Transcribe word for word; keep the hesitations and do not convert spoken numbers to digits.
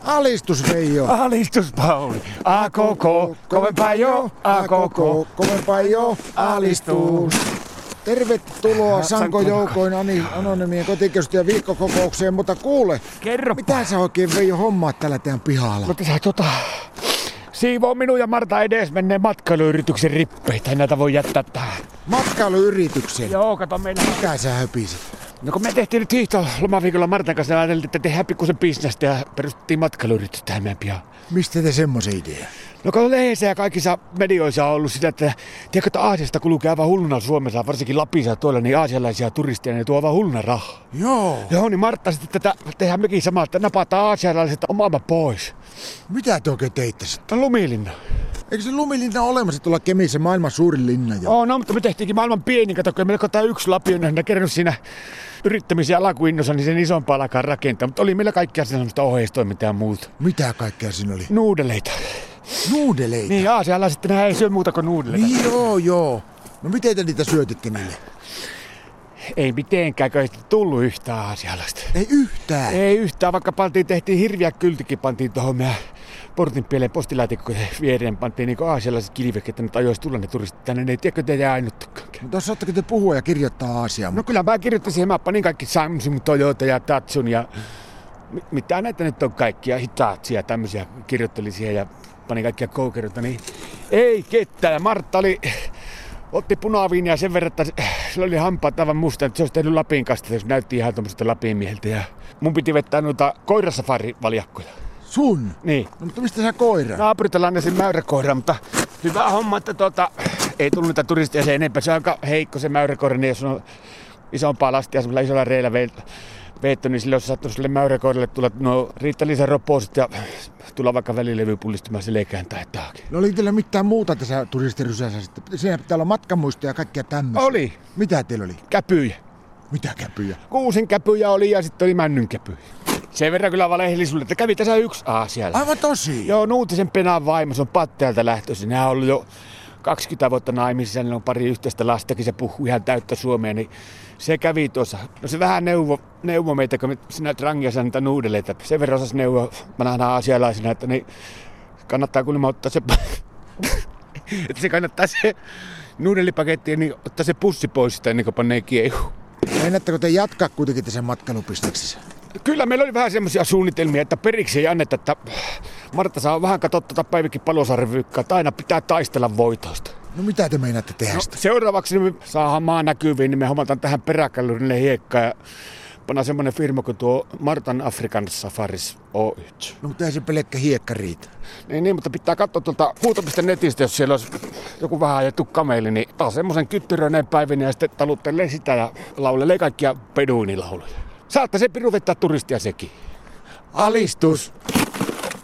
Alistus Veijo. Alistus Pauli. A koko, kovempaa jo. A koko, kovempaa jo. Alistus. Tervetuloa Sanko Joukoin Anonymien kotikeskusten viikkokokoukseen, mutta kuule, kerropa. Mitä sä oikein Veijo hommaat tällä teidän pihalla? No tässä tota, siivoo minun ja Marta edes menneen matkailuyrityksen rippeitä, näitä voi jättää tähän. Matkailuyrityksen? Joo, kato meillä. Mikä sä höpisit? No kun me tehtiin nyt hiihto lomaviikolla Martan kanssa ja ajateltiin, että tehdään pikkusen bisnestä ja perustettiin matkailuyritys tähän meidän pihaan. Mistä te semmoisen idean? No kun lehdessä ja kaikissa medioissa on ollut sitä, että tiedätkö, että Aasiasta kulkee aivan hulluna Suomessa, varsinkin Lapissa tuolla, niin aasialaisia turisteja, ne tuo aivan hulluna rahaa. Joo. Joo, niin Martta sitten tätä tehdään mekin samaa, että napataan aasialaiset omaama pois. Mitä te oikein teitte sitten? No Lumilinna. Eikö se Lumilinna ole olemassa tuolla Kemissä, maailman suurin linna jo? Oo, no mutta me tehtiinkin maailman pienin, kato, kun meillä tämä yksi Lapio, ne kerännyt siinä yrittämisen alakuinnossa, niin sen isompaa alkaa rakentaa. Mutta oli meillä kaikkea sellaista oheistoimintaa ja muuta. Mitä kaikkea siinä oli? Nuudeleita. Nuudeleita? Niin, aasialaiset nehän ei syö muuta kuin nuudeleita. Niin joo, joo. No miten te niitä syötitte niille? Ei mitenkään, kun ei tullut yhtään aasialaista. Ei yhtään? Ei yhtään, vaikka pantiin, tehtiin hirviä kyltikin, pantiin tuohon meidän portin pieleen postilaatikkoon viereen, pantiin niinku aasialaiset kilvekset, että nyt ajoisi tulla ne turistit tänne, ne ei tiedäkö teitä ainuttakaan. Mutta saatteko te puhua ja kirjoittaa Aasiaa? No kyllä mä kirjoitin siihen, mä panin kaikki Samsung, Toyota ja Tatsun ja mitä näitä nyt on kaikkia, Hitachi ja tämmöisiä kirjoittelin siihen ja panin kaikkia koukeroita, niin ei ketään. Ja Martta oli, otti punaviinia sen verran, että sillä oli hampaat aivan musta, että se olisi tehnyt Lapin kasta, jos näytti ihan tommoista Lapin mieheltä. Ja mun piti vettää noita koirasafari-valjakkoja. Sun? Niin. No mutta mistä sä koira? Naapurilta lannesin mäyräkoira, mutta hyvä homma, että tuota, ei tullut niitä turisteja sen enempää. Se on aika heikko se mäyräkoira, niin jos on isompaa lastia semmoisella isolla reillä veetty, niin sille olisi saattanut sille mäyräkoiralle tulla no, riittällisen ropoiset ja tulla vaikka välilevy pullistumaan selkään tai taakin. No oli teillä mitään muuta tässä turistirysässä sitten? Siinä pitää olla matkamuistoja ja kaikkia tämmöisiä. Oli. Mitä teillä oli? Käpyjä. Mitä käpyjä? Kuusin käpyjä oli ja sitten oli männyn käpyjä. Sen verran kyllä valeheli sulle, että kävi tässä yksi Aasialla. Aivan tosi? Joo, Nuutisen Penan vaimo, se on Pattealta lähtöisin. Nehän on ollut jo kaksikymmentä vuotta naimisissa, ne on pari yhteistä lastakin, se puhuu ihan täyttä suomea, niin se kävi tuossa. No se vähän neuvo, neuvo meitä, kun sinä trangia saa niitä nuudeleita. Sen verran osasi neuvoa, mä nähdään aasialaisina, että niin kannattaa kuulemma ottaa se, että se kannattaa se nuudelipaketti, niin ottaa se pussi pois sitä ennen kuin pannee kiehuun. Meinaatteko te jatkaa kuitenkin tässä matkailupisteksessä? Kyllä meillä oli vähän semmoisia suunnitelmia, että periksi ei anneta, että Martta saa vähän katsoa tuota Päivikin Palosaaren-vyykkaa, että aina pitää taistella voitoista. No mitä te meinaatte tehdä No, sitä? seuraavaksi me saadaan maa näkyviin, niin me hommataan tähän peräkallurille hiekkaa ja pannaan semmoinen firma kuin tuo Martan African Safaris Oy. No mutta ei se pelkkä hiekka riitä. Niin, niin, mutta pitää katsoa tuolta huuto piste netistä, jos siellä olisi joku vähän ajettu kameli, niin taas semmoisen kyttyröineen päivin ja sitten taluttelee sitä ja laulelee kaikkia peduinilauluja. Saattaa se piru vettää turistia sekin. Alistus!